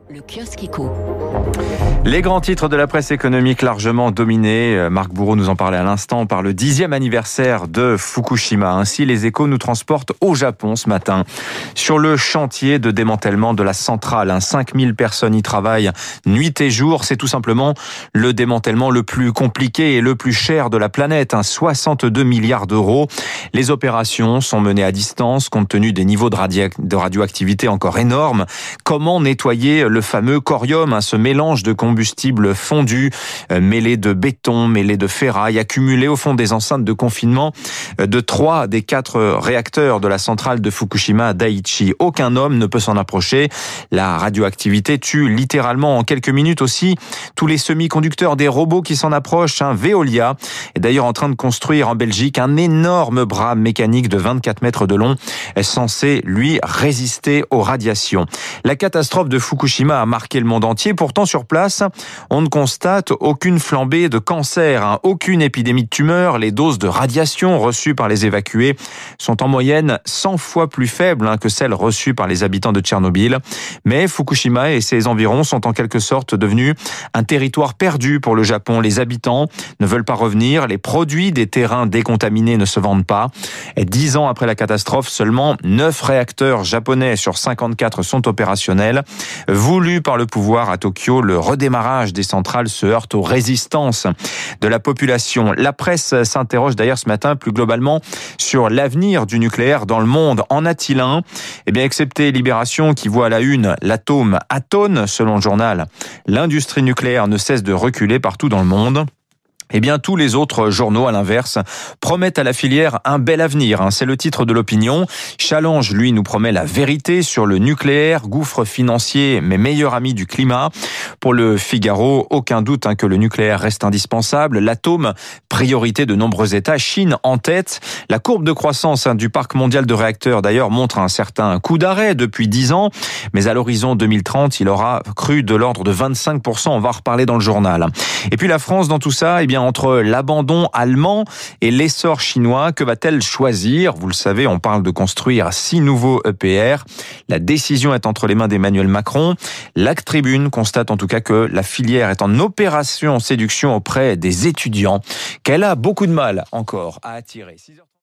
Le kiosque éco. Les grands titres de la presse économique largement dominés. Marc Bourreau nous en parlait à l'instant par le 10e anniversaire de Fukushima. Ainsi, les échos nous transportent au Japon ce matin. Sur le chantier de démantèlement de la centrale, 5000 personnes y travaillent nuit et jour. C'est tout simplement le démantèlement le plus compliqué et le plus cher de la planète. 62 milliards d'euros. Les opérations sont menées à distance compte tenu des niveaux de radioactivité encore énormes. Comment nettoyer le fameux corium, ce mélange de combustible fondu, mêlé de béton, mêlé de ferraille, accumulé au fond des enceintes de confinement de 3 des 4 réacteurs de la centrale de Fukushima Daiichi. Aucun homme ne peut s'en approcher. La radioactivité tue littéralement en quelques minutes aussi tous les semi-conducteurs des robots qui s'en approchent. Veolia est d'ailleurs en train de construire en Belgique un énorme bras mécanique de 24 mètres de long, censé, lui, résister aux radiations. La catastrophe de Fukushima a marqué le monde entier. Pourtant, sur place, on ne constate aucune flambée de cancer, aucune épidémie de tumeurs. Les doses de radiation reçues par les évacués sont en moyenne 100 fois plus faibles que celles reçues par les habitants de Tchernobyl. Mais Fukushima et ses environs sont en quelque sorte devenus un territoire perdu pour le Japon. Les habitants ne veulent pas revenir. Les produits des terrains décontaminés ne se vendent pas. 10 ans après la catastrophe, seulement 9 réacteurs japonais sur 54 sont opérationnels. Voulu par le pouvoir à Tokyo, le redémarrage des centrales se heurte aux résistances de la population. La presse s'interroge d'ailleurs ce matin plus globalement sur l'avenir du nucléaire dans le monde. En a-t-il un ? Eh bien, excepté Libération qui voit à la une l'atome atone, selon le journal, l'industrie nucléaire ne cesse de reculer partout dans le monde. Eh bien, tous les autres journaux, à l'inverse, promettent à la filière un bel avenir. C'est le titre de l'Opinion. Challenge, lui, nous promet la vérité sur le nucléaire, gouffre financier, mais meilleur ami du climat. Pour le Figaro, aucun doute que le nucléaire reste indispensable. L'atome, priorité de nombreux États, Chine en tête. La courbe de croissance du parc mondial de réacteurs, d'ailleurs, montre un certain coup d'arrêt depuis 10 ans. Mais à l'horizon 2030, il aura cru de l'ordre de 25%. On va en reparler dans le journal. Et puis la France, dans tout ça, eh bien, entre l'abandon allemand et l'essor chinois, que va-t-elle choisir ? Vous le savez, on parle de construire 6 nouveaux EPR. La décision est entre les mains d'Emmanuel Macron. La Tribune constate en tout cas que la filière est en opération séduction auprès des étudiants, qu'elle a beaucoup de mal encore à attirer.